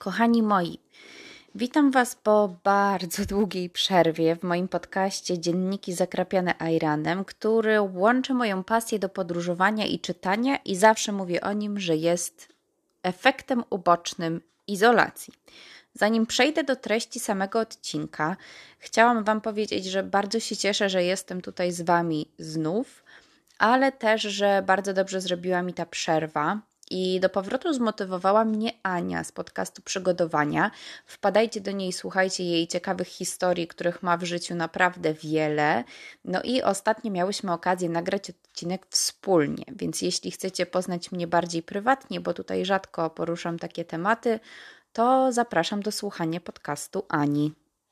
Kochani moi, witam Was po bardzo długiej przerwie w moim podcaście Dzienniki zakrapiane Ayranem, który łączy moją pasję do podróżowania i czytania i zawsze mówię o nim, że jest efektem ubocznym izolacji. Zanim przejdę do treści samego odcinka, chciałam Wam powiedzieć, że bardzo się cieszę, że jestem tutaj z Wami znów, ale też, że bardzo dobrze zrobiła mi ta przerwa. I do powrotu zmotywowała mnie Ania z podcastu Przygodowania. Wpadajcie do niej, słuchajcie jej ciekawych historii, których ma w życiu naprawdę wiele. No i ostatnio miałyśmy okazję nagrać odcinek wspólnie, więc jeśli chcecie poznać mnie bardziej prywatnie, bo tutaj rzadko poruszam takie tematy, to zapraszam do słuchania podcastu Ani.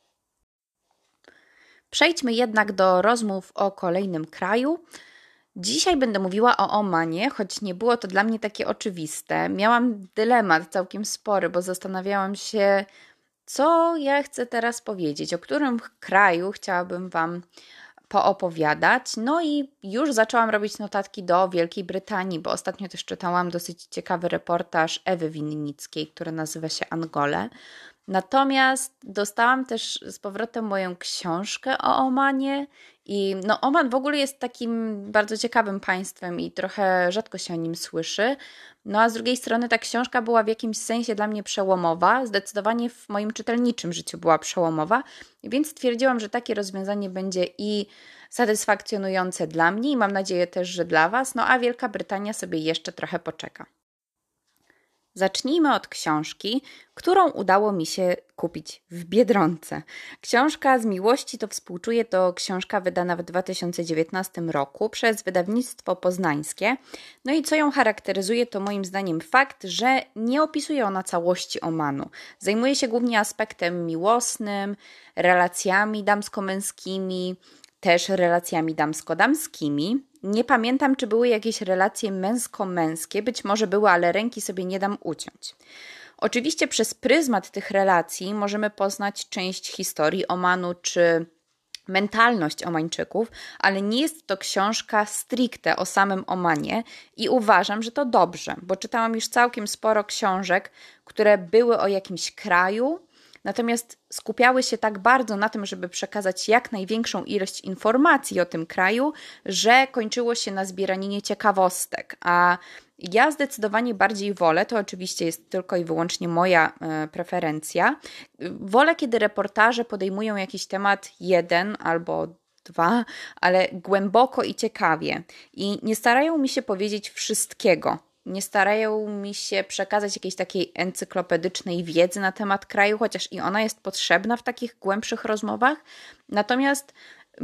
Przejdźmy jednak do rozmów o kolejnym kraju. Dzisiaj będę mówiła o Omanie, choć nie było to dla mnie takie oczywiste. Miałam dylemat całkiem spory, bo zastanawiałam się, co ja chcę teraz powiedzieć, o którym kraju chciałabym Wam poopowiadać. No i już zaczęłam robić notatki do Wielkiej Brytanii, bo ostatnio też czytałam dosyć ciekawy reportaż Ewy Winnickiej, który nazywa się Angole. Natomiast dostałam też z powrotem moją książkę o Omanie i Oman w ogóle jest takim bardzo ciekawym państwem i trochę rzadko się o nim słyszy. No a z drugiej strony ta książka była w jakimś sensie dla mnie przełomowa, zdecydowanie w moim czytelniczym życiu była przełomowa, więc stwierdziłam, że takie rozwiązanie będzie i satysfakcjonujące dla mnie i mam nadzieję też, że dla Was, no a Wielka Brytania sobie jeszcze trochę poczeka. Zacznijmy od książki, którą udało mi się kupić w Biedronce. Książka Z miłości to współczuję to książka wydana w 2019 roku przez wydawnictwo poznańskie. No i co ją charakteryzuje, to moim zdaniem fakt, że nie opisuje ona całości Omanu. Zajmuje się głównie aspektem miłosnym, relacjami damsko-męskimi, też relacjami damsko-damskimi. Nie pamiętam, czy były jakieś relacje męsko-męskie, być może były, ale ręki sobie nie dam uciąć. Oczywiście przez pryzmat tych relacji możemy poznać część historii Omanu czy mentalność Omańczyków, ale nie jest to książka stricte o samym Omanie i uważam, że to dobrze, bo czytałam już całkiem sporo książek, które były o jakimś kraju, natomiast skupiały się tak bardzo na tym, żeby przekazać jak największą ilość informacji o tym kraju, że kończyło się na zbieraninie ciekawostek. A ja zdecydowanie bardziej wolę, to oczywiście jest tylko i wyłącznie moja preferencja, wolę, kiedy reportaże podejmują jakiś temat jeden albo dwa, ale głęboko i ciekawie. I nie starają mi się powiedzieć wszystkiego. Nie starają mi się przekazać jakiejś takiej encyklopedycznej wiedzy na temat kraju, chociaż i ona jest potrzebna w takich głębszych rozmowach. Natomiast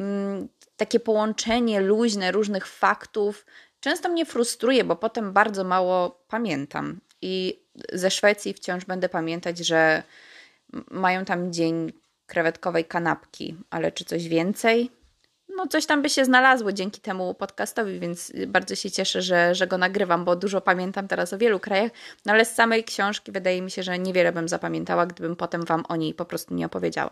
takie połączenie luźne różnych faktów często mnie frustruje, bo potem bardzo mało pamiętam. I ze Szwecji wciąż będę pamiętać, że mają tam dzień krewetkowej kanapki, ale czy coś więcej? No coś tam by się znalazło dzięki temu podcastowi, więc bardzo się cieszę, że go nagrywam, bo dużo pamiętam teraz o wielu krajach, no ale z samej książki wydaje mi się, że niewiele bym zapamiętała, gdybym potem Wam o niej po prostu nie opowiedziała.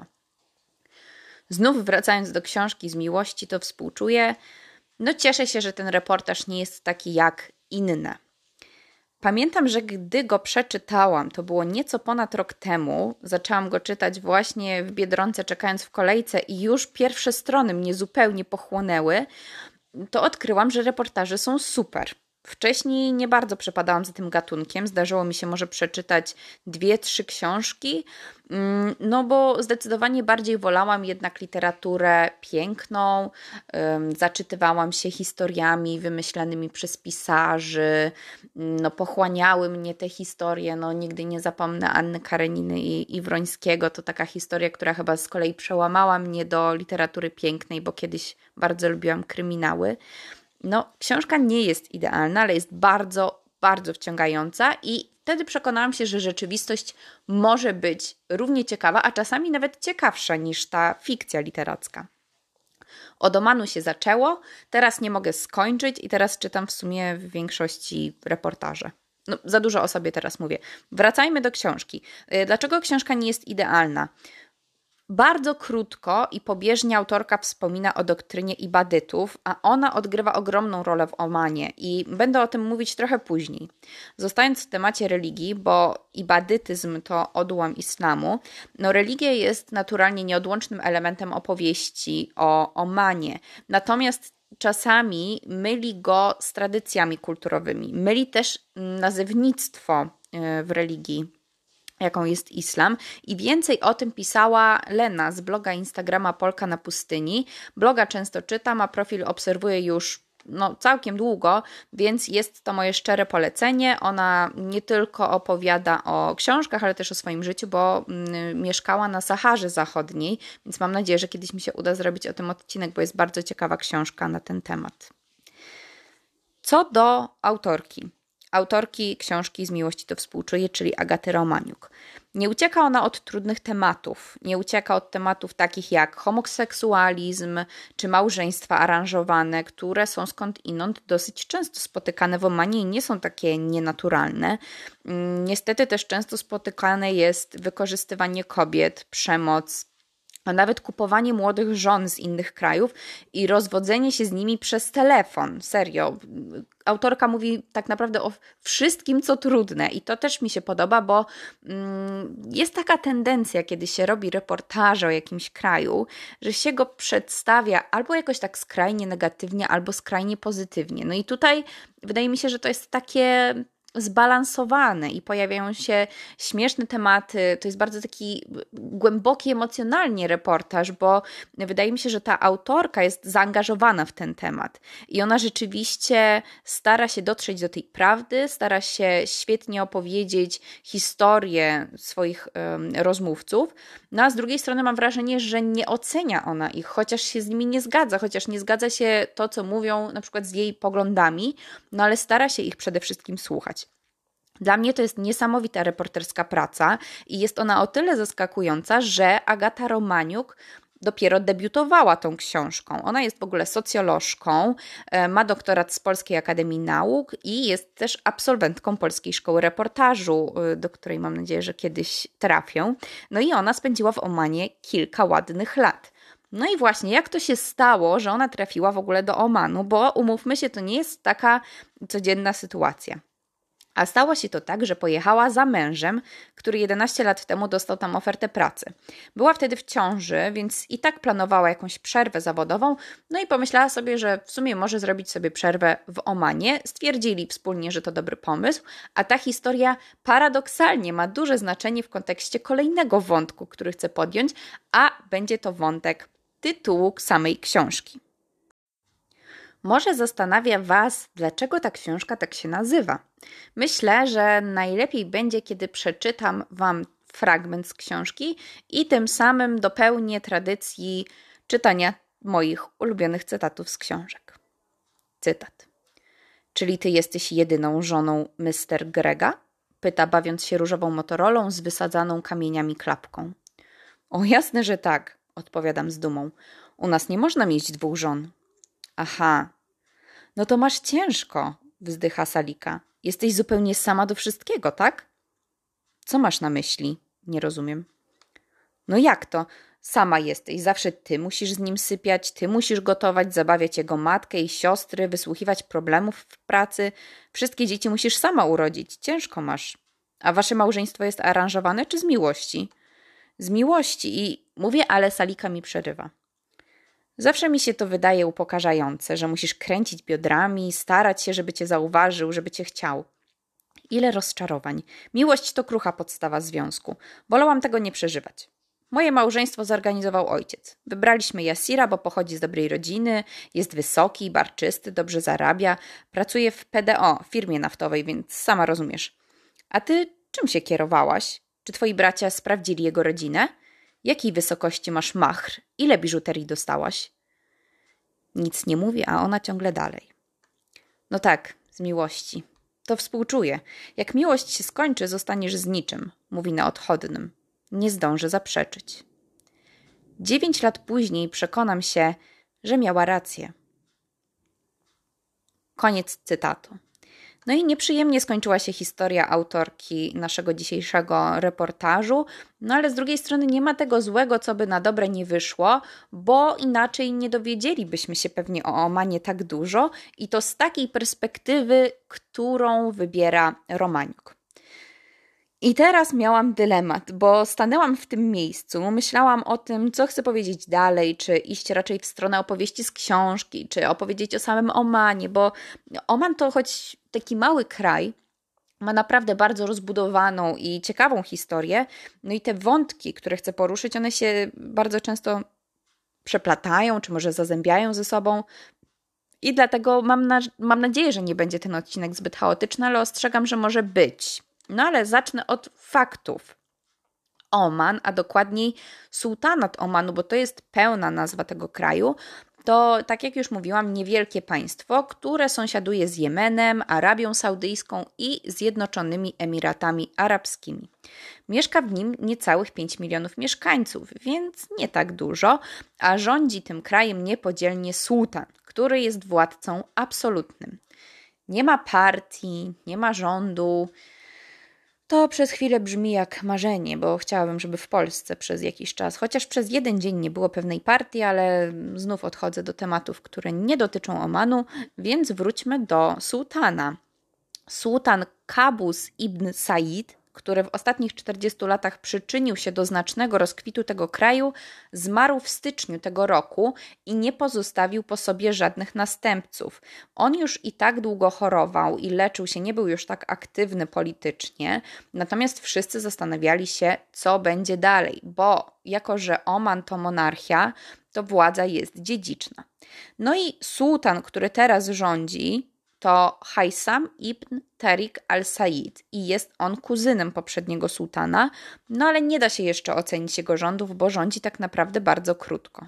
Znów wracając do książki Z miłości to współczuję, no cieszę się, że ten reportaż nie jest taki jak inne. Pamiętam, że gdy go przeczytałam, to było nieco ponad rok temu, zaczęłam go czytać właśnie w Biedronce, czekając w kolejce i już pierwsze strony mnie zupełnie pochłonęły, to odkryłam, że reportaże są super. Wcześniej nie bardzo przepadałam za tym gatunkiem, zdarzyło mi się może przeczytać 2-3 książki, no bo zdecydowanie bardziej wolałam jednak literaturę piękną, zaczytywałam się historiami wymyślanymi przez pisarzy, no pochłaniały mnie te historie, no nigdy nie zapomnę Anny Kareniny i Wrońskiego, to taka historia, która chyba z kolei przełamała mnie do literatury pięknej, bo kiedyś bardzo lubiłam kryminały. No, książka nie jest idealna, ale jest bardzo, bardzo wciągająca i wtedy przekonałam się, że rzeczywistość może być równie ciekawa, a czasami nawet ciekawsza niż ta fikcja literacka. Od Omanu się zaczęło, teraz nie mogę skończyć i teraz czytam w sumie w większości reportaże. No, za dużo o sobie teraz mówię. Wracajmy do książki. Dlaczego książka nie jest idealna? Bardzo krótko i pobieżnie autorka wspomina o doktrynie ibadytów, a ona odgrywa ogromną rolę w Omanie i będę o tym mówić trochę później. Zostając w temacie religii, bo ibadytyzm to odłam islamu, no religia jest naturalnie nieodłącznym elementem opowieści o Omanie. Natomiast czasami myli go z tradycjami kulturowymi. Myli też nazewnictwo w religii, jaką jest islam. I więcej o tym pisała Lena z bloga Instagrama Polka na pustyni. Bloga często czytam, a profil obserwuję już całkiem długo, więc jest to moje szczere polecenie. Ona nie tylko opowiada o książkach, ale też o swoim życiu, bo mieszkała na Saharze Zachodniej, więc mam nadzieję, że kiedyś mi się uda zrobić o tym odcinek, bo jest bardzo ciekawa książka na ten temat. Co do autorki książki Z miłości to współczuję, czyli Agaty Romaniuk. Nie ucieka ona od trudnych tematów. Nie ucieka od tematów takich jak homoseksualizm czy małżeństwa aranżowane, które są skądinąd dosyć często spotykane w Omanie i nie są takie nienaturalne. Niestety też często spotykane jest wykorzystywanie kobiet, przemoc, a nawet kupowanie młodych żon z innych krajów i rozwodzenie się z nimi przez telefon. Serio. Autorka mówi tak naprawdę o wszystkim, co trudne i to też mi się podoba, bo jest taka tendencja, kiedy się robi reportaże o jakimś kraju, że się go przedstawia albo jakoś tak skrajnie negatywnie, albo skrajnie pozytywnie. No i tutaj wydaje mi się, że to jest takie zbalansowane i pojawiają się śmieszne tematy. To jest bardzo taki głęboki emocjonalnie reportaż, bo wydaje mi się, że ta autorka jest zaangażowana w ten temat i ona rzeczywiście stara się dotrzeć do tej prawdy, stara się świetnie opowiedzieć historię swoich rozmówców, no a z drugiej strony mam wrażenie, że nie ocenia ona ich, chociaż się z nimi nie zgadza, chociaż nie zgadza się to, co mówią na przykład z jej poglądami, no ale stara się ich przede wszystkim słuchać. Dla mnie to jest niesamowita reporterska praca i jest ona o tyle zaskakująca, że Agata Romaniuk dopiero debiutowała tą książką. Ona jest w ogóle socjolożką, ma doktorat z Polskiej Akademii Nauk i jest też absolwentką Polskiej Szkoły Reportażu, do której mam nadzieję, że kiedyś trafię. No i ona spędziła w Omanie kilka ładnych lat. No i właśnie, jak to się stało, że ona trafiła w ogóle do Omanu, bo umówmy się, to nie jest taka codzienna sytuacja. A stało się to tak, że pojechała za mężem, który 11 lat temu dostał tam ofertę pracy. Była wtedy w ciąży, więc i tak planowała jakąś przerwę zawodową, no i pomyślała sobie, że w sumie może zrobić sobie przerwę w Omanie. Stwierdzili wspólnie, że to dobry pomysł, a ta historia paradoksalnie ma duże znaczenie w kontekście kolejnego wątku, który chcę podjąć, a będzie to wątek tytułu samej książki. Może zastanawia Was, dlaczego ta książka tak się nazywa. Myślę, że najlepiej będzie, kiedy przeczytam Wam fragment z książki i tym samym dopełnię tradycji czytania moich ulubionych cytatów z książek. Cytat. Czyli ty jesteś jedyną żoną Mr. Grega? Pyta, bawiąc się różową Motorolą z wysadzaną kamieniami klapką. O, jasne, że tak, odpowiadam z dumą. U nas nie można mieć 2 żon. Aha, no to masz ciężko, wzdycha Salika. Jesteś zupełnie sama do wszystkiego, tak? Co masz na myśli? Nie rozumiem. No jak to? Sama jesteś, zawsze ty musisz z nim sypiać, ty musisz gotować, zabawiać jego matkę i siostry, wysłuchiwać problemów w pracy. Wszystkie dzieci musisz sama urodzić, ciężko masz. A wasze małżeństwo jest aranżowane czy z miłości? Z miłości i mówię, ale Salika mi przerywa. Zawsze mi się to wydaje upokarzające, że musisz kręcić biodrami, starać się, żeby cię zauważył, żeby cię chciał. Ile rozczarowań. Miłość to krucha podstawa związku. Wolałam tego nie przeżywać. Moje małżeństwo zorganizował ojciec. Wybraliśmy Jasira, bo pochodzi z dobrej rodziny, jest wysoki, barczysty, dobrze zarabia, pracuje w PDO, firmie naftowej, więc sama rozumiesz. A ty czym się kierowałaś? Czy twoi bracia sprawdzili jego rodzinę? Jakiej wysokości masz machr? Ile biżuterii dostałaś? Nic nie mówię, a ona ciągle dalej. No tak, z miłości. To współczuję. Jak miłość się skończy, zostaniesz z niczym, mówi na odchodnym. Nie zdążę zaprzeczyć. 9 lat później przekonam się, że miała rację. Koniec cytatu. No i nieprzyjemnie skończyła się historia autorki naszego dzisiejszego reportażu, no ale z drugiej strony nie ma tego złego, co by na dobre nie wyszło, bo inaczej nie dowiedzielibyśmy się pewnie o Omanie tak dużo i to z takiej perspektywy, którą wybiera Romaniuk. I teraz miałam dylemat, bo stanęłam w tym miejscu, myślałam o tym, co chcę powiedzieć dalej, czy iść raczej w stronę opowieści z książki, czy opowiedzieć o samym Omanie, bo Oman to choć taki mały kraj, ma naprawdę bardzo rozbudowaną i ciekawą historię, no i te wątki, które chcę poruszyć, one się bardzo często przeplatają, czy może zazębiają ze sobą. I dlatego mam nadzieję, że nie będzie ten odcinek zbyt chaotyczny, ale ostrzegam, że może być. No ale zacznę od faktów. Oman, a dokładniej Sułtanat Omanu, bo to jest pełna nazwa tego kraju, to, tak jak już mówiłam, niewielkie państwo, które sąsiaduje z Jemenem, Arabią Saudyjską i Zjednoczonymi Emiratami Arabskimi. Mieszka w nim niecałych 5 milionów mieszkańców, więc nie tak dużo, a rządzi tym krajem niepodzielnie sułtan, który jest władcą absolutnym. Nie ma partii, nie ma rządu. To przez chwilę brzmi jak marzenie, bo chciałabym, żeby w Polsce przez jakiś czas, chociaż przez jeden dzień nie było pewnej partii, ale znów odchodzę do tematów, które nie dotyczą Omanu, więc wróćmy do sułtana. Sułtan Qabus ibn Said, który w ostatnich 40 latach przyczynił się do znacznego rozkwitu tego kraju, zmarł w styczniu tego roku i nie pozostawił po sobie żadnych następców. On już i tak długo chorował i leczył się, nie był już tak aktywny politycznie, natomiast wszyscy zastanawiali się, co będzie dalej, bo jako że Oman to monarchia, to władza jest dziedziczna. No i sułtan, który teraz rządzi, to Haysam ibn Tariq al-Said i jest on kuzynem poprzedniego sułtana, no ale nie da się jeszcze ocenić jego rządów, bo rządzi tak naprawdę bardzo krótko.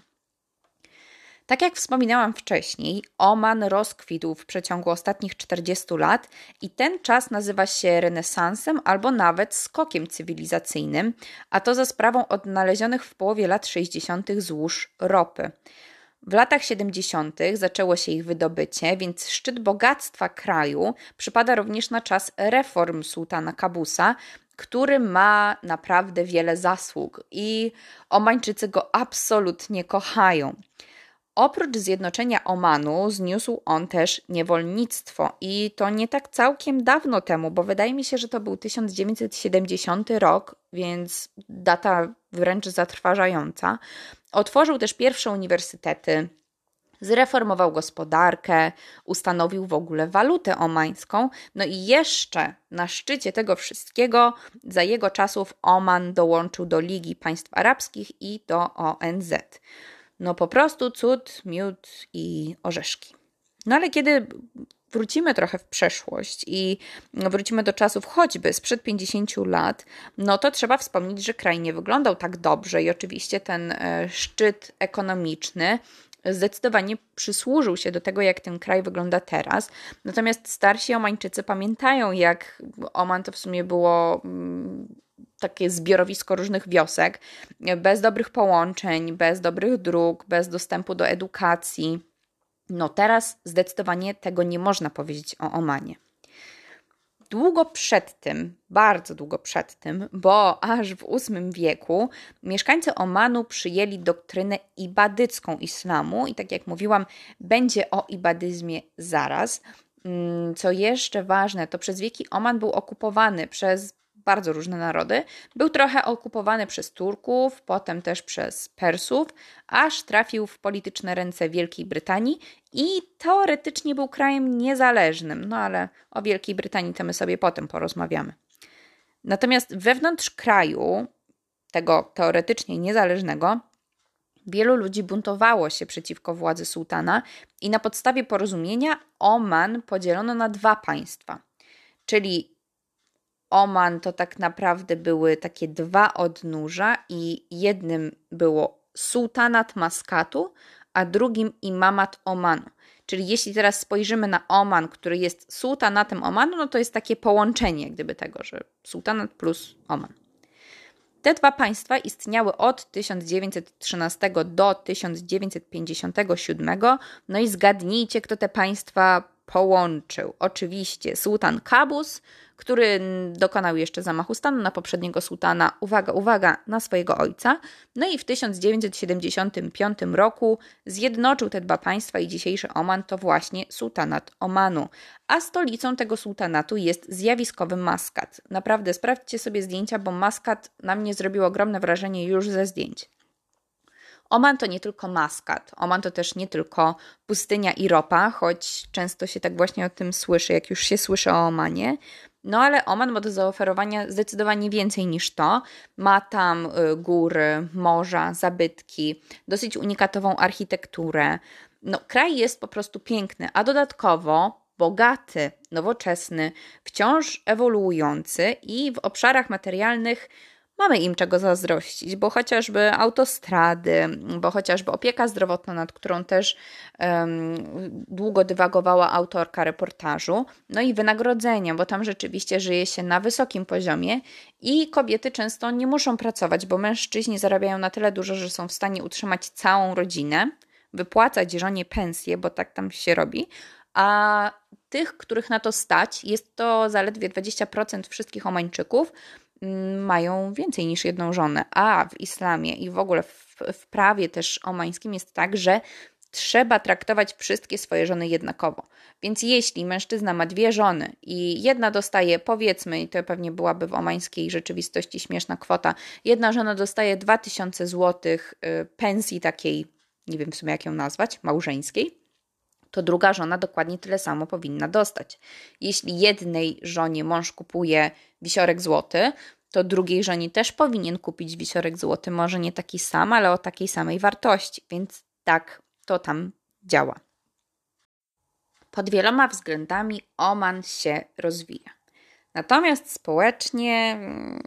Tak jak wspominałam wcześniej, Oman rozkwitł w przeciągu ostatnich 40 lat i ten czas nazywa się renesansem albo nawet skokiem cywilizacyjnym, a to za sprawą odnalezionych w połowie lat 60. złóż ropy. W latach 70. zaczęło się ich wydobycie, więc szczyt bogactwa kraju przypada również na czas reform sułtana Qabusa, który ma naprawdę wiele zasług i Omańczycy go absolutnie kochają. Oprócz zjednoczenia Omanu zniósł on też niewolnictwo i to nie tak całkiem dawno temu, bo wydaje mi się, że to był 1970 rok, więc data wręcz zatrważająca. Otworzył też pierwsze uniwersytety, zreformował gospodarkę, ustanowił w ogóle walutę omańską, no i jeszcze na szczycie tego wszystkiego za jego czasów Oman dołączył do Ligi Państw Arabskich i do ONZ. No po prostu cud, miód i orzeszki. No ale kiedy wrócimy trochę w przeszłość i wrócimy do czasów choćby sprzed 50 lat, no to trzeba wspomnieć, że kraj nie wyglądał tak dobrze i oczywiście ten szczyt ekonomiczny zdecydowanie przysłużył się do tego, jak ten kraj wygląda teraz. Natomiast starsi Omańczycy pamiętają, jak Oman to w sumie było takie zbiorowisko różnych wiosek, bez dobrych połączeń, bez dobrych dróg, bez dostępu do edukacji. No teraz zdecydowanie tego nie można powiedzieć o Omanie. Długo przed tym, bardzo długo przed tym, bo aż w VIII wieku mieszkańcy Omanu przyjęli doktrynę ibadycką islamu i tak jak mówiłam, będzie o ibadyzmie zaraz. Co jeszcze ważne, to przez wieki Oman był okupowany przez bardzo różne narody. Był trochę okupowany przez Turków, potem też przez Persów, aż trafił w polityczne ręce Wielkiej Brytanii i teoretycznie był krajem niezależnym. No ale o Wielkiej Brytanii to my sobie potem porozmawiamy. Natomiast wewnątrz kraju, tego teoretycznie niezależnego, wielu ludzi buntowało się przeciwko władzy sułtana i na podstawie porozumienia Oman podzielono na dwa państwa, czyli Oman to tak naprawdę były takie dwa odnóża i jednym było sułtanat Maskatu, a drugim imamat Omanu. Czyli jeśli teraz spojrzymy na Oman, który jest sułtanatem Omanu, no to jest takie połączenie gdyby tego, że sułtanat plus Oman. Te dwa państwa istniały od 1913 do 1957. No i zgadnijcie, kto te państwa połączył oczywiście sułtan Kabus, który dokonał jeszcze zamachu stanu na poprzedniego sułtana, uwaga, uwaga, na swojego ojca. No i w 1975 roku zjednoczył te dwa państwa i dzisiejszy Oman to właśnie sułtanat Omanu. A stolicą tego sułtanatu jest zjawiskowy Maskat. Naprawdę sprawdźcie sobie zdjęcia, bo Maskat na mnie zrobił ogromne wrażenie już ze zdjęć. Oman to nie tylko Maskat, Oman to też nie tylko pustynia i ropa, choć często się tak właśnie o tym słyszy, jak już się słyszy o Omanie. No ale Oman ma do zaoferowania zdecydowanie więcej niż to. Ma tam góry, morza, zabytki, dosyć unikatową architekturę. No, kraj jest po prostu piękny, a dodatkowo bogaty, nowoczesny, wciąż ewoluujący i w obszarach materialnych mamy im czego zazdrościć, bo chociażby autostrady, bo chociażby opieka zdrowotna, nad którą też długo dywagowała autorka reportażu, no i wynagrodzenia, bo tam rzeczywiście żyje się na wysokim poziomie i kobiety często nie muszą pracować, bo mężczyźni zarabiają na tyle dużo, że są w stanie utrzymać całą rodzinę, wypłacać żonie pensję, bo tak tam się robi, a tych, których na to stać, jest to zaledwie 20% wszystkich Omańczyków, mają więcej niż jedną żonę, a w islamie i w ogóle w prawie też omańskim jest tak, że trzeba traktować wszystkie swoje żony jednakowo. Więc jeśli mężczyzna ma dwie żony i jedna dostaje, powiedzmy, i to pewnie byłaby w omańskiej rzeczywistości śmieszna kwota, jedna żona dostaje 2000 zł pensji takiej, nie wiem w sumie jak ją nazwać, małżeńskiej, to druga żona dokładnie tyle samo powinna dostać. Jeśli jednej żonie mąż kupuje wisiorek złoty, to drugiej żonie też powinien kupić wisiorek złoty, może nie taki sam, ale o takiej samej wartości, więc tak to tam działa. Pod wieloma względami Oman się rozwija. Natomiast społecznie,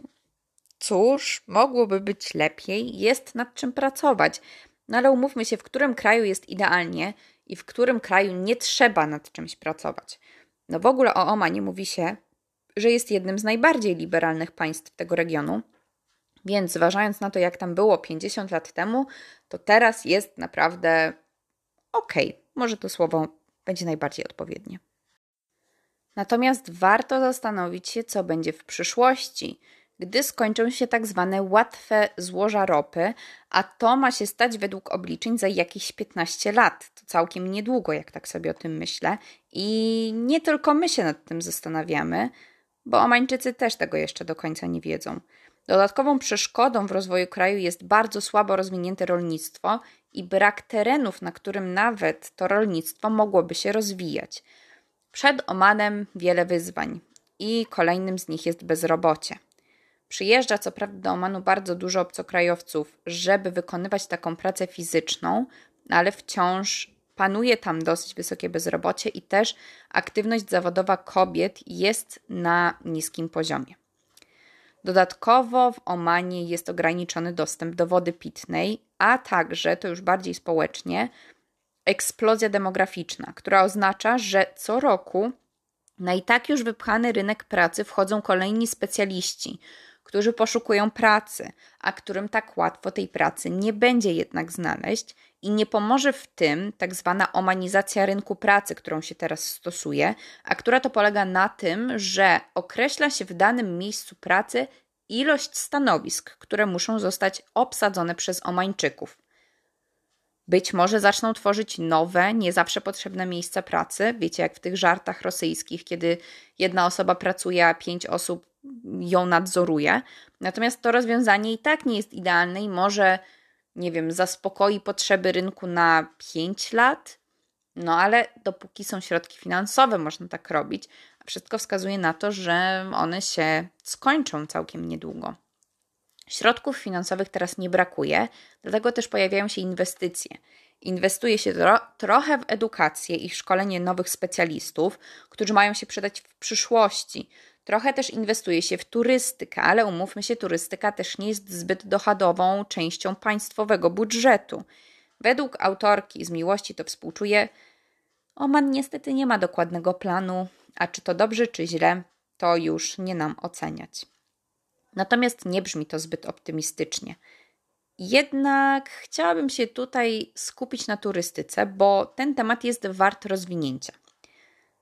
cóż, mogłoby być lepiej, jest nad czym pracować. No ale umówmy się, w którym kraju jest idealnie i w którym kraju nie trzeba nad czymś pracować. No w ogóle o Omanie mówi się, że jest jednym z najbardziej liberalnych państw tego regionu, więc zważając na to, jak tam było 50 lat temu, to teraz jest naprawdę okej. Może to słowo będzie najbardziej odpowiednie. Natomiast warto zastanowić się, co będzie w przyszłości, gdy skończą się tak zwane łatwe złoża ropy, a to ma się stać według obliczeń za jakieś 15 lat. To całkiem niedługo, jak tak sobie o tym myślę. I nie tylko my się nad tym zastanawiamy, bo Omańczycy też tego jeszcze do końca nie wiedzą. Dodatkową przeszkodą w rozwoju kraju jest bardzo słabo rozwinięte rolnictwo i brak terenów, na którym nawet to rolnictwo mogłoby się rozwijać. Przed Omanem wiele wyzwań i kolejnym z nich jest bezrobocie. Przyjeżdża co prawda do Omanu bardzo dużo obcokrajowców, żeby wykonywać taką pracę fizyczną, ale wciąż panuje tam dosyć wysokie bezrobocie i też aktywność zawodowa kobiet jest na niskim poziomie. Dodatkowo w Omanie jest ograniczony dostęp do wody pitnej, a także, to już bardziej społecznie, eksplozja demograficzna, która oznacza, że co roku na i tak już wypchany rynek pracy wchodzą kolejni specjaliści, którzy poszukują pracy, a którym tak łatwo tej pracy nie będzie jednak znaleźć i nie pomoże w tym tak zwana omanizacja rynku pracy, którą się teraz stosuje, a która to polega na tym, że określa się w danym miejscu pracy ilość stanowisk, które muszą zostać obsadzone przez Omańczyków. Być może zaczną tworzyć nowe, nie zawsze potrzebne miejsca pracy. Wiecie, jak w tych żartach rosyjskich, kiedy jedna osoba pracuje, a 5 osób ją nadzoruje. Natomiast to rozwiązanie i tak nie jest idealne i może, nie wiem, zaspokoi potrzeby rynku na 5 lat. No ale dopóki są środki finansowe, można tak robić. A wszystko wskazuje na to, że one się skończą całkiem niedługo. Środków finansowych teraz nie brakuje, dlatego też pojawiają się inwestycje. Inwestuje się trochę w edukację i w szkolenie nowych specjalistów, którzy mają się przydać w przyszłości. Trochę też inwestuje się w turystykę, ale umówmy się, turystyka też nie jest zbyt dochodową częścią państwowego budżetu. Według autorki z Miłości to współczuję, Oman niestety nie ma dokładnego planu, a czy to dobrze, czy źle, to już nie nam oceniać. Natomiast nie brzmi to zbyt optymistycznie. Jednak chciałabym się tutaj skupić na turystyce, bo ten temat jest wart rozwinięcia.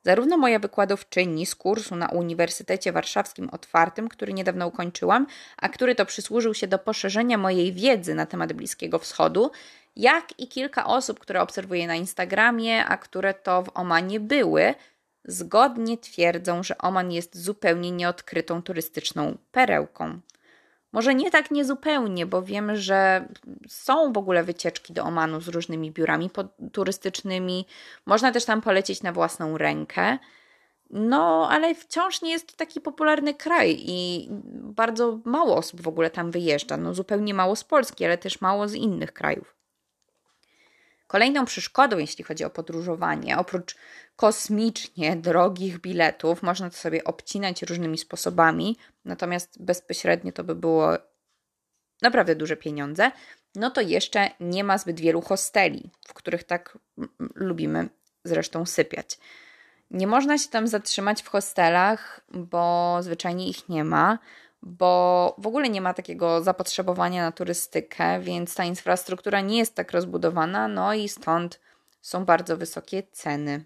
Zarówno moja wykładowczyni z kursu na Uniwersytecie Warszawskim Otwartym, który niedawno ukończyłam, a który to przysłużył się do poszerzenia mojej wiedzy na temat Bliskiego Wschodu, jak i kilka osób, które obserwuję na Instagramie, a które to w Omanie były, zgodnie twierdzą, że Oman jest zupełnie nieodkrytą turystyczną perełką. Może nie tak niezupełnie, bo wiem, że są w ogóle wycieczki do Omanu z różnymi biurami turystycznymi. Można też tam polecieć na własną rękę. No, ale wciąż nie jest to taki popularny kraj i bardzo mało osób w ogóle tam wyjeżdża. No, zupełnie mało z Polski, ale też mało z innych krajów. Kolejną przeszkodą, jeśli chodzi o podróżowanie, oprócz kosmicznie drogich biletów, można to sobie obcinać różnymi sposobami, natomiast bezpośrednio to by było naprawdę duże pieniądze, no to jeszcze nie ma zbyt wielu hosteli, w których tak lubimy zresztą sypiać. Nie można się tam zatrzymać w hostelach, bo zwyczajnie ich nie ma, bo w ogóle nie ma takiego zapotrzebowania na turystykę, więc ta infrastruktura nie jest tak rozbudowana, no i stąd są bardzo wysokie ceny.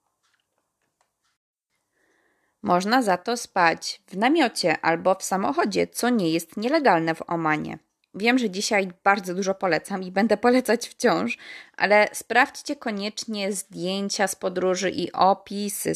Można za to spać w namiocie albo w samochodzie, co nie jest nielegalne w Omanie. Wiem, że dzisiaj bardzo dużo polecam i będę polecać wciąż, ale sprawdźcie koniecznie zdjęcia z podróży i opisy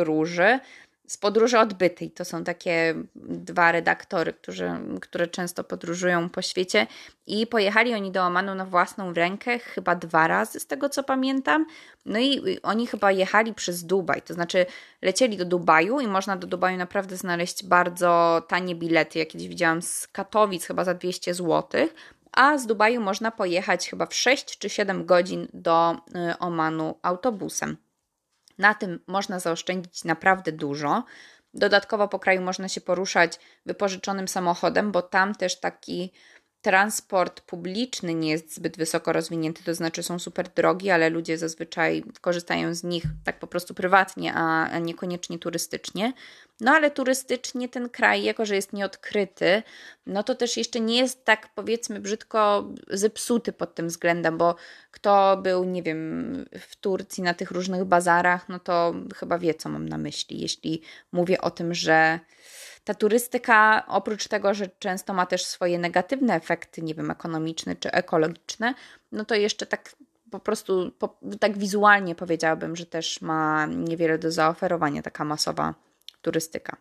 z podróży odbytej. To są takie dwa redaktory, które często podróżują po świecie i pojechali oni do Omanu na własną rękę chyba 2 razy, z tego co pamiętam. No i oni chyba jechali przez Dubaj, to znaczy lecieli do Dubaju i można do Dubaju naprawdę znaleźć bardzo tanie bilety. Ja kiedyś widziałam z Katowic chyba za 200 zł, a z Dubaju można pojechać chyba w 6 czy 7 godzin do Omanu autobusem. Na tym można zaoszczędzić naprawdę dużo. Dodatkowo po kraju można się poruszać wypożyczonym samochodem, bo tam też taki transport publiczny nie jest zbyt wysoko rozwinięty, to znaczy są super drogi, ale ludzie zazwyczaj korzystają z nich tak po prostu prywatnie, a niekoniecznie turystycznie. No ale turystycznie ten kraj, jako że jest nieodkryty, no to też jeszcze nie jest tak, powiedzmy brzydko, zepsuty pod tym względem, bo kto był, nie wiem, w Turcji na tych różnych bazarach, no to chyba wie, co mam na myśli, jeśli mówię o tym, że ta turystyka, oprócz tego, że często ma też swoje negatywne efekty, nie wiem, ekonomiczne czy ekologiczne, no to jeszcze tak po prostu, tak wizualnie powiedziałabym, że też ma niewiele do zaoferowania taka masowa turystyka.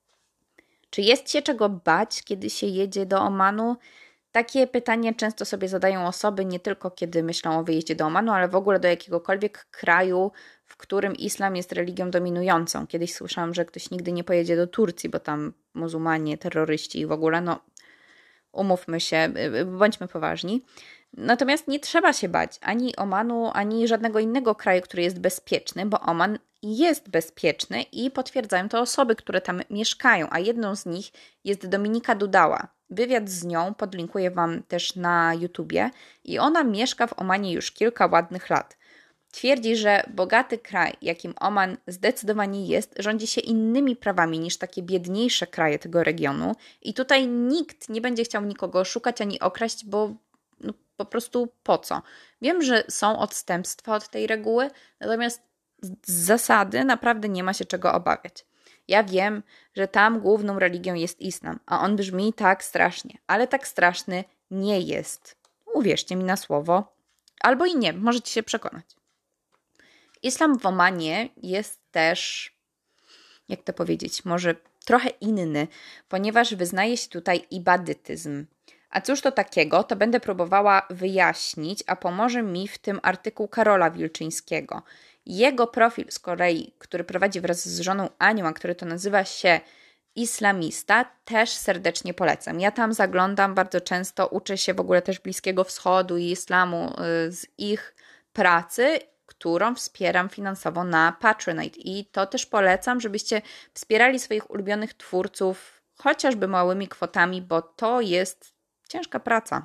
Czy jest się czego bać, kiedy się jedzie do Omanu? Takie pytanie często sobie zadają osoby nie tylko kiedy myślą o wyjeździe do Omanu, ale w ogóle do jakiegokolwiek kraju, w którym islam jest religią dominującą. Kiedyś słyszałam, że ktoś nigdy nie pojedzie do Turcji, bo tam muzułmanie, terroryści i w ogóle, no umówmy się, bądźmy poważni. Natomiast nie trzeba się bać ani Omanu, ani żadnego innego kraju, który jest bezpieczny, bo Oman jest bezpieczny i potwierdzają to osoby, które tam mieszkają, a jedną z nich jest Dominika Dudała. Wywiad z nią podlinkuję Wam też na YouTubie i ona mieszka w Omanie już kilka ładnych lat. Twierdzi, że bogaty kraj, jakim Oman zdecydowanie jest, rządzi się innymi prawami niż takie biedniejsze kraje tego regionu i tutaj nikt nie będzie chciał nikogo szukać ani okraść, bo no, po prostu po co? Wiem, że są odstępstwa od tej reguły, natomiast z zasady naprawdę nie ma się czego obawiać. Ja wiem, że tam główną religią jest islam, a on brzmi tak strasznie, ale tak straszny nie jest. Uwierzcie mi na słowo, albo i nie, możecie się przekonać. Islam w Omanie jest też, jak to powiedzieć, może trochę inny, ponieważ wyznaje się tutaj ibadytyzm. A cóż to takiego, to będę próbowała wyjaśnić, a pomoże mi w tym artykuł Karola Wilczyńskiego. Jego profil z kolei, który prowadzi wraz z żoną Anią, a który to nazywa się Islamista, też serdecznie polecam. Ja tam zaglądam bardzo często, uczę się w ogóle też Bliskiego Wschodu i islamu z ich pracy, którą wspieram finansowo na Patronite. I to też polecam, żebyście wspierali swoich ulubionych twórców chociażby małymi kwotami, bo to jest ciężka praca.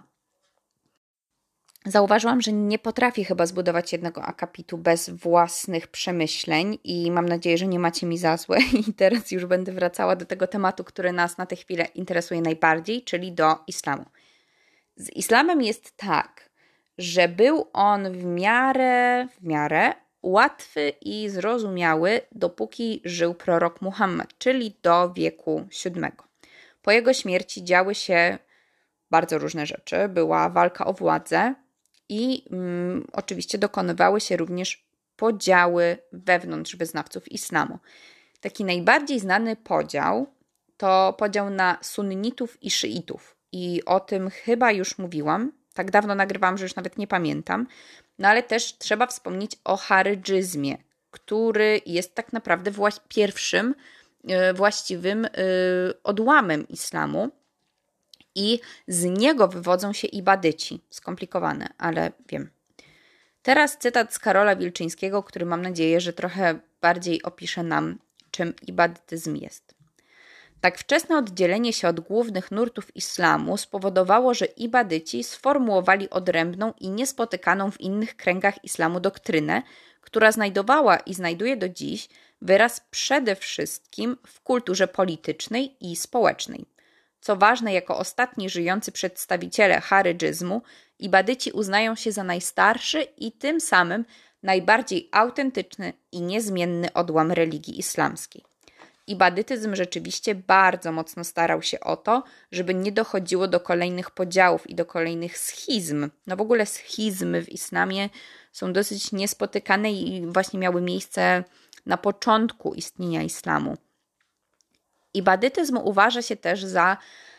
Zauważyłam, że nie potrafię chyba zbudować jednego akapitu bez własnych przemyśleń i mam nadzieję, że nie macie mi za złe i teraz już będę wracała do tego tematu, który nas na tę chwilę interesuje najbardziej, czyli do islamu. Z islamem jest tak, że był on w miarę łatwy i zrozumiały, dopóki żył prorok Muhammad, czyli do wieku VII. Po jego śmierci działy się bardzo różne rzeczy. Była walka o władzę i oczywiście dokonywały się również podziały wewnątrz wyznawców islamu. Taki najbardziej znany podział to podział na sunnitów i szyitów. I o tym chyba już mówiłam. Tak dawno nagrywałam, że już nawet nie pamiętam. No ale też trzeba wspomnieć o charydżyzmie, który jest tak naprawdę pierwszym właściwym odłamem islamu. I z niego wywodzą się ibadyci. Skomplikowane, ale wiem. Teraz cytat z Karola Wilczyńskiego, który mam nadzieję, że trochę bardziej opisze nam, czym ibadytyzm jest. Tak wczesne oddzielenie się od głównych nurtów islamu spowodowało, że ibadyci sformułowali odrębną i niespotykaną w innych kręgach islamu doktrynę, która znajdowała i znajduje do dziś wyraz przede wszystkim w kulturze politycznej i społecznej. Co ważne, jako ostatni żyjący przedstawiciele charydżyzmu, ibadyci uznają się za najstarszy i tym samym najbardziej autentyczny i niezmienny odłam religii islamskiej. Ibadytyzm rzeczywiście bardzo mocno starał się o to, żeby nie dochodziło do kolejnych podziałów i do kolejnych schizm. No w ogóle schizmy w islamie są dosyć niespotykane i właśnie miały miejsce na początku istnienia islamu. Ibadytyzm uważa się też za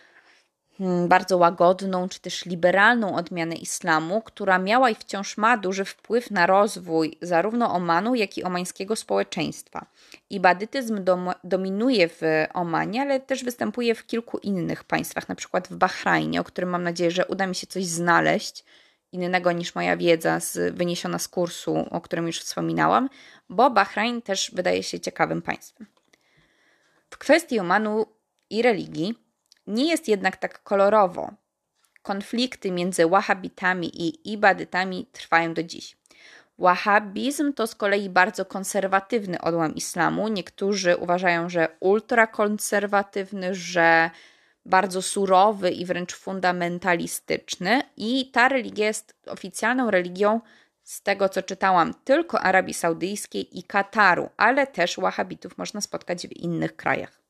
bardzo łagodną czy też liberalną odmianę islamu, która miała i wciąż ma duży wpływ na rozwój zarówno Omanu, jak i omańskiego społeczeństwa. Ibadytyzm dominuje w Omanie, ale też występuje w kilku innych państwach, na przykład w Bahrajnie, o którym mam nadzieję, że uda mi się coś znaleźć innego niż moja wiedza wyniesiona z kursu, o którym już wspominałam, bo Bahrajn też wydaje się ciekawym państwem. W kwestii Omanu i religii nie jest jednak tak kolorowo. Konflikty między wahhabitami i ibadytami trwają do dziś. Wahhabizm to z kolei bardzo konserwatywny odłam islamu. Niektórzy uważają, że ultrakonserwatywny, że bardzo surowy i wręcz fundamentalistyczny. I ta religia jest oficjalną religią, z tego co czytałam, tylko Arabii Saudyjskiej i Kataru, ale też wahhabitów można spotkać w innych krajach.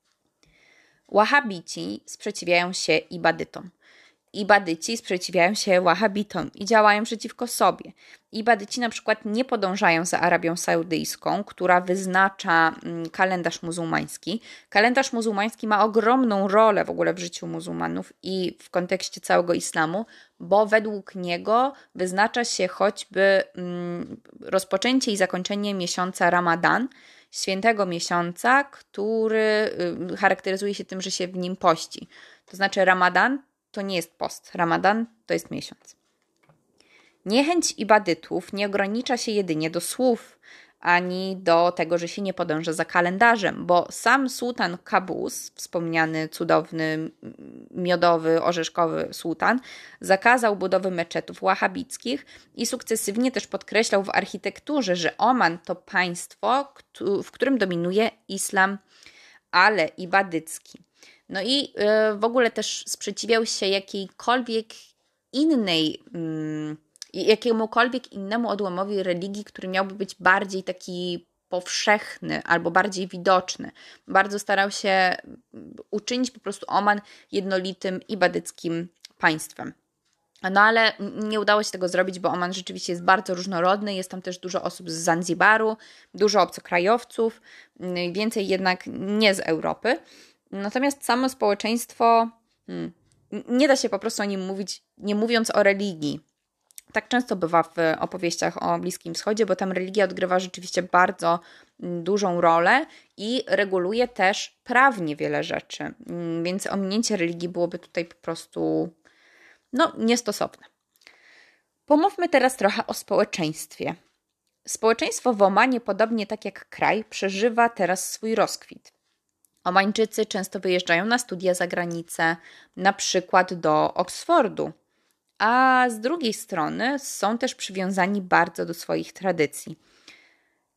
Wahhabici sprzeciwiają się ibadytom. Ibadyci sprzeciwiają się wahhabitom i działają przeciwko sobie. Ibadyci na przykład nie podążają za Arabią Saudyjską, która wyznacza kalendarz muzułmański. Kalendarz muzułmański ma ogromną rolę w ogóle w życiu muzułmanów i w kontekście całego islamu, bo według niego wyznacza się choćby rozpoczęcie i zakończenie miesiąca Ramadan, świętego miesiąca, który charakteryzuje się tym, że się w nim pości. To znaczy Ramadan to nie jest post. Ramadan to jest miesiąc. Niechęć ibadytów nie ogranicza się jedynie do słów, ani do tego, że się nie podąża za kalendarzem, bo sam sułtan Kabus, wspomniany cudowny, miodowy, orzeszkowy sułtan, zakazał budowy meczetów wahhabickich i sukcesywnie też podkreślał w architekturze, że Oman to państwo, w którym dominuje islam, ale ibadycki. No i w ogóle też sprzeciwiał się jakiemukolwiek innemu odłamowi religii, który miałby być bardziej taki powszechny albo bardziej widoczny. Bardzo starał się uczynić po prostu Oman jednolitym ibadyckim państwem. No ale nie udało się tego zrobić, bo Oman rzeczywiście jest bardzo różnorodny, jest tam też dużo osób z Zanzibaru, dużo obcokrajowców, więcej jednak nie z Europy. Natomiast samo społeczeństwo, nie da się po prostu o nim mówić, nie mówiąc o religii. Tak często bywa w opowieściach o Bliskim Wschodzie, bo tam religia odgrywa rzeczywiście bardzo dużą rolę i reguluje też prawnie wiele rzeczy. Więc ominięcie religii byłoby tutaj po prostu niestosowne. Pomówmy teraz trochę o społeczeństwie. Społeczeństwo w Omanie, podobnie tak jak kraj, przeżywa teraz swój rozkwit. Omańczycy często wyjeżdżają na studia za granicę, na przykład do Oksfordu, a z drugiej strony są też przywiązani bardzo do swoich tradycji.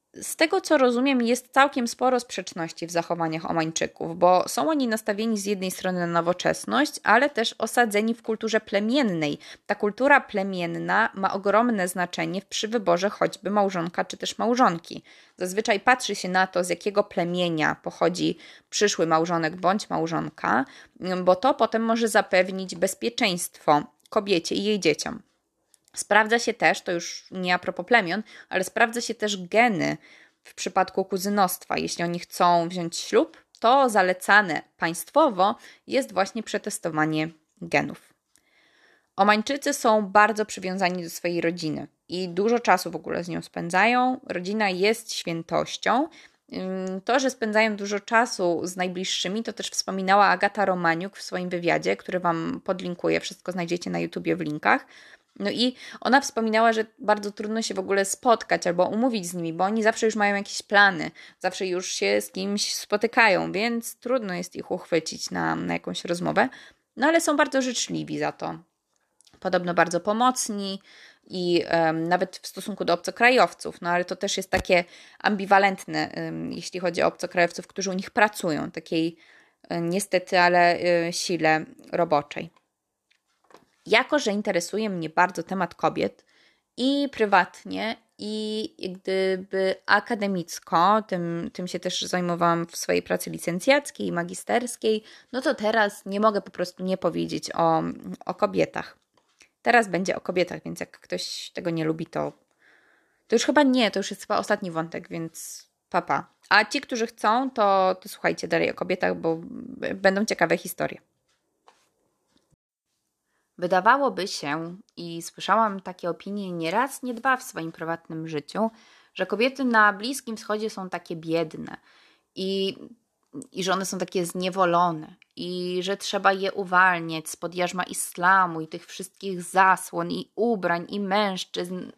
Z tego, co rozumiem, jest całkiem sporo sprzeczności w zachowaniach Omańczyków, bo są oni nastawieni z jednej strony na nowoczesność, ale też osadzeni w kulturze plemiennej. Ta kultura plemienna ma ogromne znaczenie przy wyborze choćby małżonka czy też małżonki. Zazwyczaj patrzy się na to, z jakiego plemienia pochodzi przyszły małżonek bądź małżonka, bo to potem może zapewnić bezpieczeństwo kobiecie i jej dzieciom. Sprawdza się też, to już nie a propos plemion, ale sprawdza się też geny w przypadku kuzynostwa. Jeśli oni chcą wziąć ślub, to zalecane państwowo jest właśnie przetestowanie genów. Omańczycy są bardzo przywiązani do swojej rodziny i dużo czasu w ogóle z nią spędzają. Rodzina jest świętością. To, że spędzają dużo czasu z najbliższymi, to też wspominała Agata Romaniuk w swoim wywiadzie, który Wam podlinkuję. Wszystko znajdziecie na YouTubie w linkach. No i ona wspominała, że bardzo trudno się w ogóle spotkać albo umówić z nimi, bo oni zawsze już mają jakieś plany, zawsze już się z kimś spotykają, więc trudno jest ich uchwycić na jakąś rozmowę. No ale są bardzo życzliwi za to. Podobno bardzo pomocni i nawet w stosunku do obcokrajowców, no ale to też jest takie ambiwalentne, jeśli chodzi o obcokrajowców, którzy u nich pracują, takiej niestety, ale sile roboczej. Jako że interesuje mnie bardzo temat kobiet i prywatnie, i gdyby akademicko, tym się też zajmowałam w swojej pracy licencjackiej i magisterskiej, no to teraz nie mogę po prostu nie powiedzieć o kobietach. Teraz będzie o kobietach, więc jak ktoś tego nie lubi, to już chyba nie, to już jest chyba ostatni wątek, więc papa. A ci, którzy chcą, to słuchajcie dalej o kobietach, bo będą ciekawe historie. Wydawałoby się, i słyszałam takie opinie nie raz, nie dwa w swoim prywatnym życiu, że kobiety na Bliskim Wschodzie są takie biedne i że one są takie zniewolone i że trzeba je uwalniać spod jarzma islamu i tych wszystkich zasłon i ubrań i mężczyzn.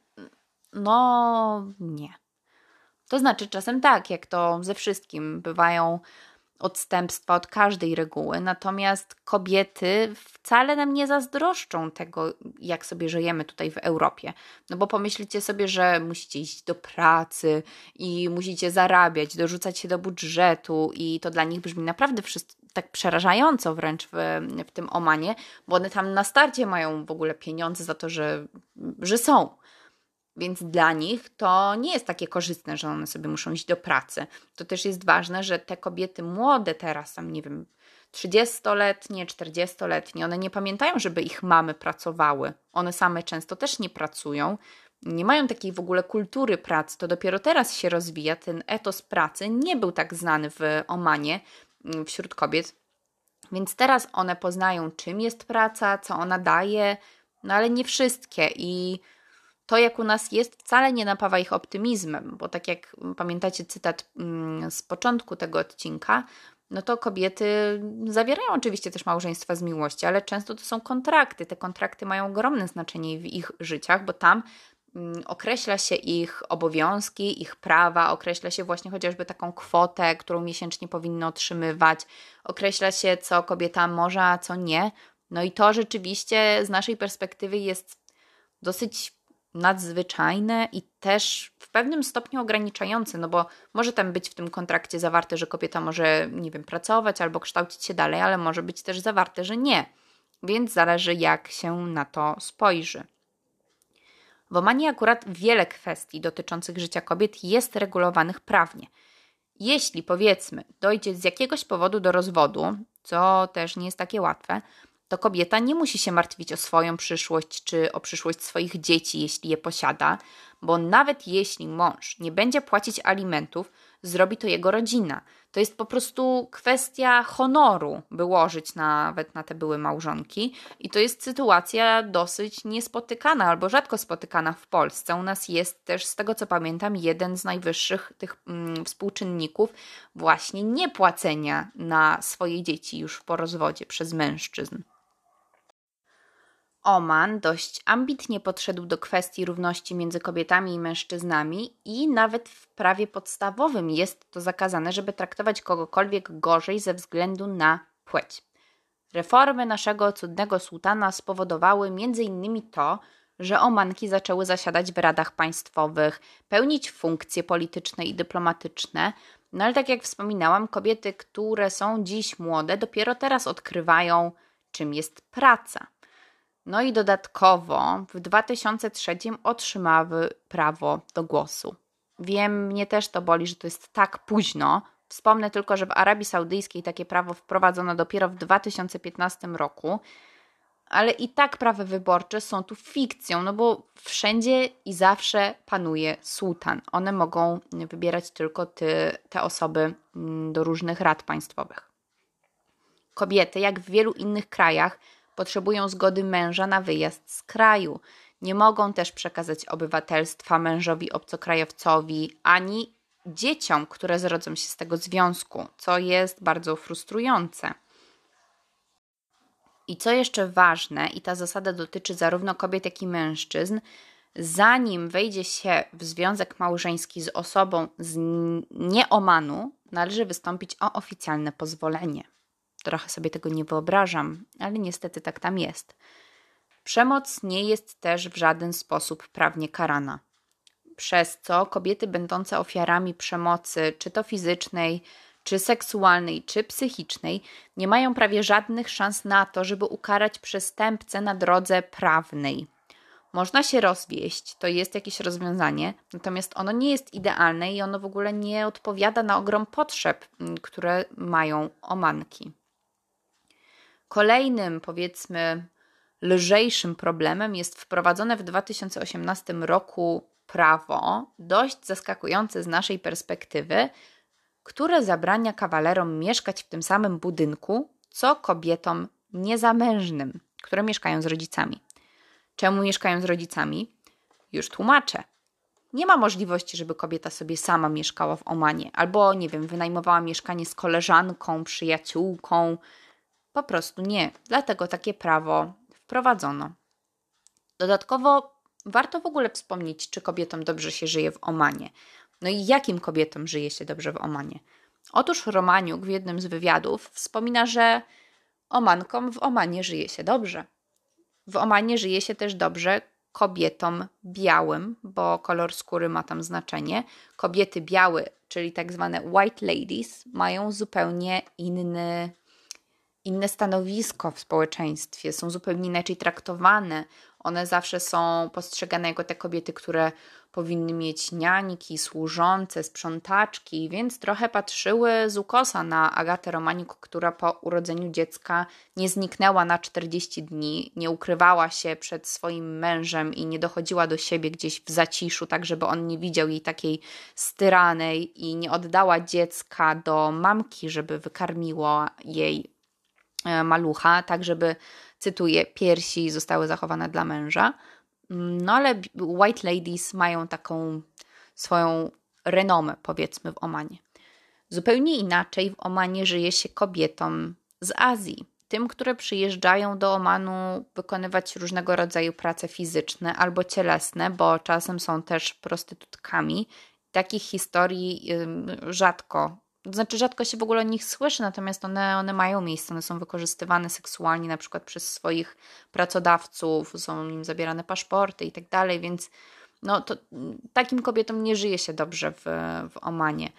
No nie. To znaczy czasem tak, jak to ze wszystkim, bywają odstępstwa od każdej reguły, natomiast kobiety wcale nam nie zazdroszczą tego, jak sobie żyjemy tutaj w Europie. No bo pomyślcie sobie, że musicie iść do pracy i musicie zarabiać, dorzucać się do budżetu i to dla nich brzmi naprawdę tak przerażająco wręcz w tym Omanie, bo one tam na starcie mają w ogóle pieniądze za to, że są. Więc dla nich to nie jest takie korzystne, że one sobie muszą iść do pracy. To też jest ważne, że te kobiety młode teraz, tam nie wiem, 30-letnie, 40-letnie, one nie pamiętają, żeby ich mamy pracowały. One same często też nie pracują. Nie mają takiej w ogóle kultury pracy. To dopiero teraz się rozwija. Ten etos pracy nie był tak znany w Omanie wśród kobiet. Więc teraz one poznają, czym jest praca, co ona daje, no ale nie wszystkie i to, jak u nas jest, wcale nie napawa ich optymizmem, bo tak jak pamiętacie cytat z początku tego odcinka, no to kobiety zawierają oczywiście też małżeństwa z miłości, ale często to są kontrakty. Te kontrakty mają ogromne znaczenie w ich życiach, bo tam określa się ich obowiązki, ich prawa, określa się właśnie chociażby taką kwotę, którą miesięcznie powinny otrzymywać, określa się, co kobieta może, a co nie. No i to rzeczywiście z naszej perspektywy jest dosyć nadzwyczajne i też w pewnym stopniu ograniczające, no bo może tam być w tym kontrakcie zawarte, że kobieta może, nie wiem, pracować albo kształcić się dalej, ale może być też zawarte, że nie. Więc zależy, jak się na to spojrzy. W Omanie akurat wiele kwestii dotyczących życia kobiet jest regulowanych prawnie. Jeśli, powiedzmy, dojdzie z jakiegoś powodu do rozwodu, co też nie jest takie łatwe, to kobieta nie musi się martwić o swoją przyszłość czy o przyszłość swoich dzieci, jeśli je posiada, bo nawet jeśli mąż nie będzie płacić alimentów, zrobi to jego rodzina. To jest po prostu kwestia honoru, by łożyć nawet na te były małżonki i to jest sytuacja dosyć niespotykana albo rzadko spotykana w Polsce. U nas jest też, z tego co pamiętam, jeden z najwyższych tych współczynników właśnie niepłacenia na swoje dzieci już po rozwodzie przez mężczyzn. Oman dość ambitnie podszedł do kwestii równości między kobietami i mężczyznami i nawet w prawie podstawowym jest to zakazane, żeby traktować kogokolwiek gorzej ze względu na płeć. Reformy naszego cudnego sułtana spowodowały m.in. to, że omanki zaczęły zasiadać w radach państwowych, pełnić funkcje polityczne i dyplomatyczne. No ale tak jak wspominałam, kobiety, które są dziś młode, dopiero teraz odkrywają, czym jest praca. No i dodatkowo w 2003 otrzymały prawo do głosu. Wiem, mnie też to boli, że to jest tak późno. Wspomnę tylko, że w Arabii Saudyjskiej takie prawo wprowadzono dopiero w 2015 roku, ale i tak prawa wyborcze są tu fikcją, no bo wszędzie i zawsze panuje sułtan. One mogą wybierać tylko te osoby do różnych rad państwowych. Kobiety, jak w wielu innych krajach, potrzebują zgody męża na wyjazd z kraju. Nie mogą też przekazać obywatelstwa mężowi obcokrajowcowi, ani dzieciom, które zrodzą się z tego związku, co jest bardzo frustrujące. I co jeszcze ważne, i ta zasada dotyczy zarówno kobiet, jak i mężczyzn, zanim wejdzie się w związek małżeński z osobą z nie-Omanu, należy wystąpić o oficjalne pozwolenie. Trochę sobie tego nie wyobrażam, ale niestety tak tam jest. Przemoc nie jest też w żaden sposób prawnie karana, przez co kobiety będące ofiarami przemocy, czy to fizycznej, czy seksualnej, czy psychicznej, nie mają prawie żadnych szans na to, żeby ukarać przestępcę na drodze prawnej. Można się rozwieść, to jest jakieś rozwiązanie, natomiast ono nie jest idealne i ono w ogóle nie odpowiada na ogrom potrzeb, które mają omanki. Kolejnym, powiedzmy, lżejszym problemem jest wprowadzone w 2018 roku prawo, dość zaskakujące z naszej perspektywy, które zabrania kawalerom mieszkać w tym samym budynku, co kobietom niezamężnym, które mieszkają z rodzicami. Czemu mieszkają z rodzicami? Już tłumaczę. Nie ma możliwości, żeby kobieta sobie sama mieszkała w Omanie, albo, nie wiem, wynajmowała mieszkanie z koleżanką, przyjaciółką. Po prostu nie. Dlatego takie prawo wprowadzono. Dodatkowo warto w ogóle wspomnieć, czy kobietom dobrze się żyje w Omanie. No i jakim kobietom żyje się dobrze w Omanie? Otóż Romaniuk w jednym z wywiadów wspomina, że Omankom w Omanie żyje się dobrze. W Omanie żyje się też dobrze kobietom białym, bo kolor skóry ma tam znaczenie. Kobiety białe, czyli tak zwane white ladies, mają zupełnie inne stanowisko w społeczeństwie, są zupełnie inaczej traktowane. One zawsze są postrzegane jako te kobiety, które powinny mieć niańki, służące, sprzątaczki, więc trochę patrzyły z ukosa na Agatę Romanik, która po urodzeniu dziecka nie zniknęła na 40 dni, nie ukrywała się przed swoim mężem i nie dochodziła do siebie gdzieś w zaciszu, tak żeby on nie widział jej takiej styranej i nie oddała dziecka do mamki, żeby wykarmiło jej malucha, tak żeby, cytuję, piersi zostały zachowane dla męża. No ale white ladies mają taką swoją renomę, powiedzmy, w Omanie. Zupełnie inaczej w Omanie żyje się kobietom z Azji. Tym, które przyjeżdżają do Omanu wykonywać różnego rodzaju prace fizyczne albo cielesne, bo czasem są też prostytutkami. Takich historii rzadko się w ogóle o nich słyszy, natomiast one mają miejsce, one są wykorzystywane seksualnie na przykład przez swoich pracodawców, są im zabierane paszporty i tak dalej, więc no, to, takim kobietom nie żyje się dobrze w Omanie.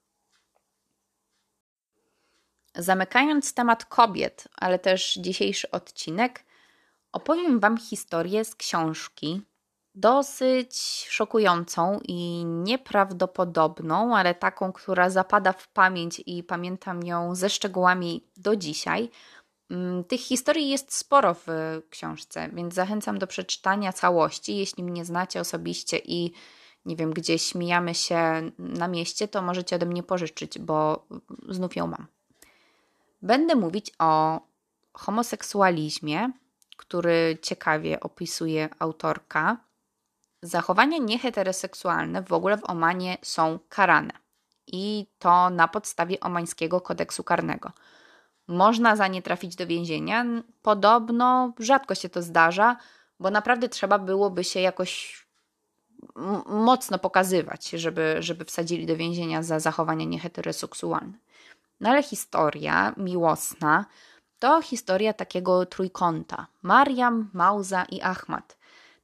Zamykając temat kobiet, ale też dzisiejszy odcinek, opowiem Wam historię z książki, dosyć szokującą i nieprawdopodobną, ale taką, która zapada w pamięć i pamiętam ją ze szczegółami do dzisiaj. Tych historii jest sporo w książce, więc zachęcam do przeczytania całości. Jeśli mnie znacie osobiście i nie wiem, gdzieś mijamy się na mieście, to możecie ode mnie pożyczyć, bo znów ją mam. Będę mówić o homoseksualizmie, który ciekawie opisuje autorka. Zachowania nieheteroseksualne w ogóle w Omanie są karane i to na podstawie omańskiego kodeksu karnego. Można za nie trafić do więzienia. Podobno rzadko się to zdarza, bo naprawdę trzeba byłoby się jakoś mocno pokazywać, żeby wsadzili do więzienia za zachowania nieheteroseksualne. No ale historia miłosna to historia takiego trójkąta. Mariam, Mauza i Ahmad.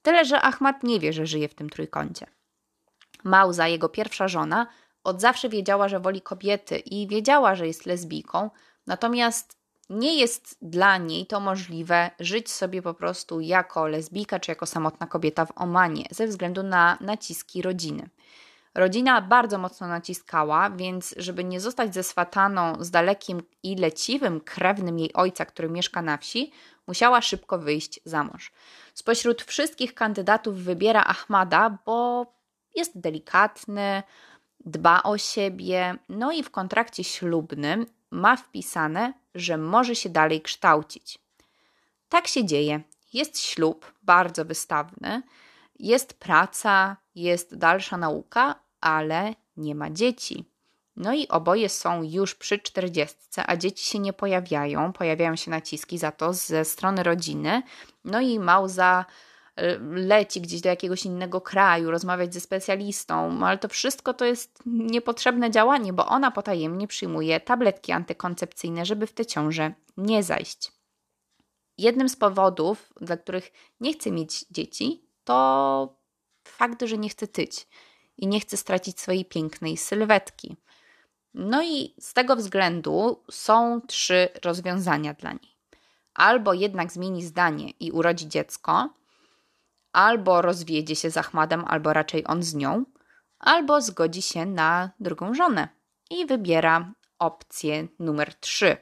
Tyle, że Ahmad nie wie, że żyje w tym trójkącie. Małza, jego pierwsza żona, od zawsze wiedziała, że woli kobiety i wiedziała, że jest lesbijką, natomiast nie jest dla niej to możliwe żyć sobie po prostu jako lesbijka czy jako samotna kobieta w Omanie ze względu na naciski rodziny. Rodzina bardzo mocno naciskała, więc żeby nie zostać zeswataną z dalekim i leciwym krewnym jej ojca, który mieszka na wsi, musiała szybko wyjść za mąż. Spośród wszystkich kandydatów wybiera Ahmada, bo jest delikatny, dba o siebie, no i w kontrakcie ślubnym ma wpisane, że może się dalej kształcić. Tak się dzieje. Jest ślub, bardzo wystawny, jest praca, jest dalsza nauka, ale nie ma dzieci. No i oboje są już przy 40, a dzieci się nie pojawiają. Pojawiają się naciski za to ze strony rodziny. No i Małza leci gdzieś do jakiegoś innego kraju, rozmawiać ze specjalistą, ale to wszystko to jest niepotrzebne działanie, bo ona potajemnie przyjmuje tabletki antykoncepcyjne, żeby w tę ciążę nie zajść. Jednym z powodów, dla których nie chce mieć dzieci, to fakt, że nie chce tyć i nie chce stracić swojej pięknej sylwetki. No i z tego względu są 3 rozwiązania dla niej. Albo jednak zmieni zdanie i urodzi dziecko, albo rozwiedzie się z Ahmadem, albo raczej on z nią, albo zgodzi się na drugą żonę i wybiera opcję numer 3.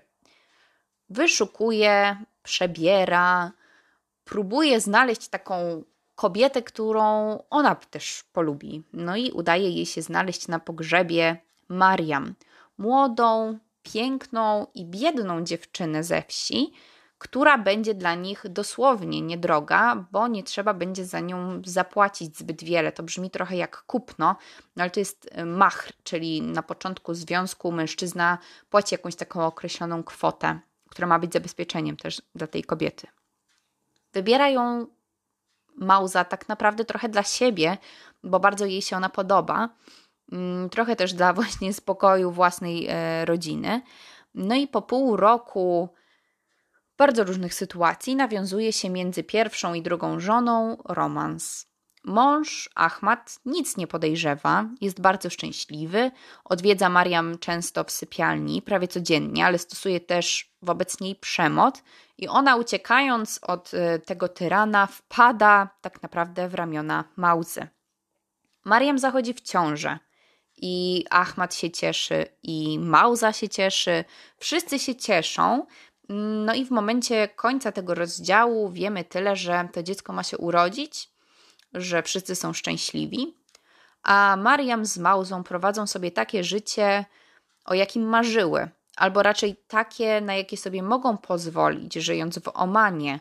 Wyszukuje, przebiera, próbuje znaleźć taką kobietę, którą ona też polubi. No i udaje jej się znaleźć na pogrzebie Mariam, młodą, piękną i biedną dziewczynę ze wsi, która będzie dla nich dosłownie niedroga, bo nie trzeba będzie za nią zapłacić zbyt wiele. To brzmi trochę jak kupno, no ale to jest mahr, czyli na początku związku mężczyzna płaci jakąś taką określoną kwotę, która ma być zabezpieczeniem też dla tej kobiety. Wybiera ją Małza tak naprawdę trochę dla siebie, bo bardzo jej się ona podoba. Trochę też dla właśnie spokoju własnej rodziny. No i po pół roku bardzo różnych sytuacji nawiązuje się między pierwszą i drugą żoną romans. Mąż, Ahmad, nic nie podejrzewa, jest bardzo szczęśliwy, odwiedza Mariam często w sypialni, prawie codziennie, ale stosuje też wobec niej przemoc i ona, uciekając od tego tyrana, wpada tak naprawdę w ramiona Małzy. Mariam zachodzi w ciążę i Ahmad się cieszy i Małza się cieszy, wszyscy się cieszą. No i w momencie końca tego rozdziału wiemy tyle, że to dziecko ma się urodzić, że wszyscy są szczęśliwi, a Mariam z Małzą prowadzą sobie takie życie, o jakim marzyły, albo raczej takie, na jakie sobie mogą pozwolić, żyjąc w Omanie.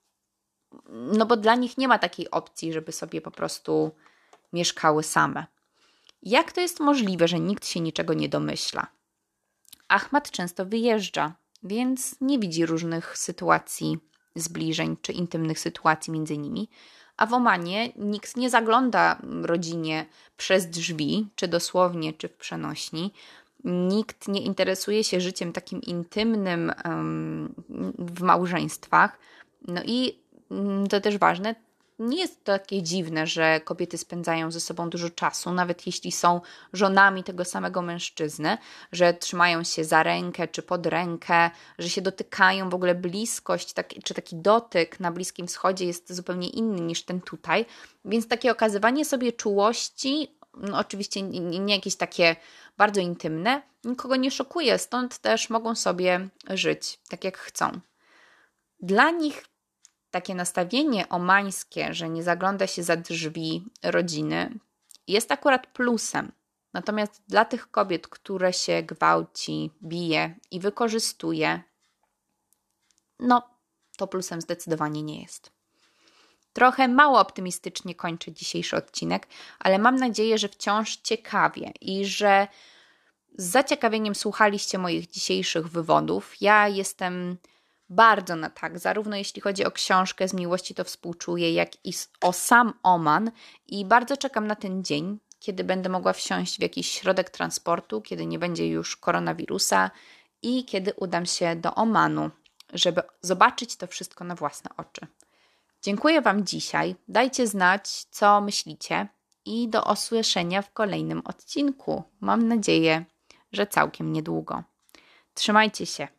No bo dla nich nie ma takiej opcji, żeby sobie po prostu mieszkały same. Jak to jest możliwe, że nikt się niczego nie domyśla? Ahmad często wyjeżdża, więc nie widzi różnych sytuacji zbliżeń czy intymnych sytuacji między nimi, a w Omanie nikt nie zagląda rodzinie przez drzwi, czy dosłownie, czy w przenośni. Nikt nie interesuje się życiem takim intymnym w małżeństwach. No i to też ważne, nie jest to takie dziwne, że kobiety spędzają ze sobą dużo czasu, nawet jeśli są żonami tego samego mężczyzny, że trzymają się za rękę czy pod rękę, że się dotykają, w ogóle bliskość czy taki dotyk na Bliskim Wschodzie jest zupełnie inny niż ten tutaj, więc takie okazywanie sobie czułości, no oczywiście nie jakieś takie bardzo intymne, nikogo nie szokuje, stąd też mogą sobie żyć tak jak chcą. Dla nich takie nastawienie omańskie, że nie zagląda się za drzwi rodziny, jest akurat plusem. Natomiast dla tych kobiet, które się gwałci, bije i wykorzystuje, no to plusem zdecydowanie nie jest. Trochę mało optymistycznie kończę dzisiejszy odcinek, ale mam nadzieję, że wciąż ciekawie i że z zaciekawieniem słuchaliście moich dzisiejszych wywodów. Ja jestem bardzo na tak, zarówno jeśli chodzi o książkę Z miłości to współczuję, jak i o sam Oman i bardzo czekam na ten dzień, kiedy będę mogła wsiąść w jakiś środek transportu, kiedy nie będzie już koronawirusa i kiedy udam się do Omanu, żeby zobaczyć to wszystko na własne oczy. Dziękuję Wam dzisiaj. Dajcie znać, co myślicie i do usłyszenia w kolejnym odcinku. Mam nadzieję, że całkiem niedługo. Trzymajcie się.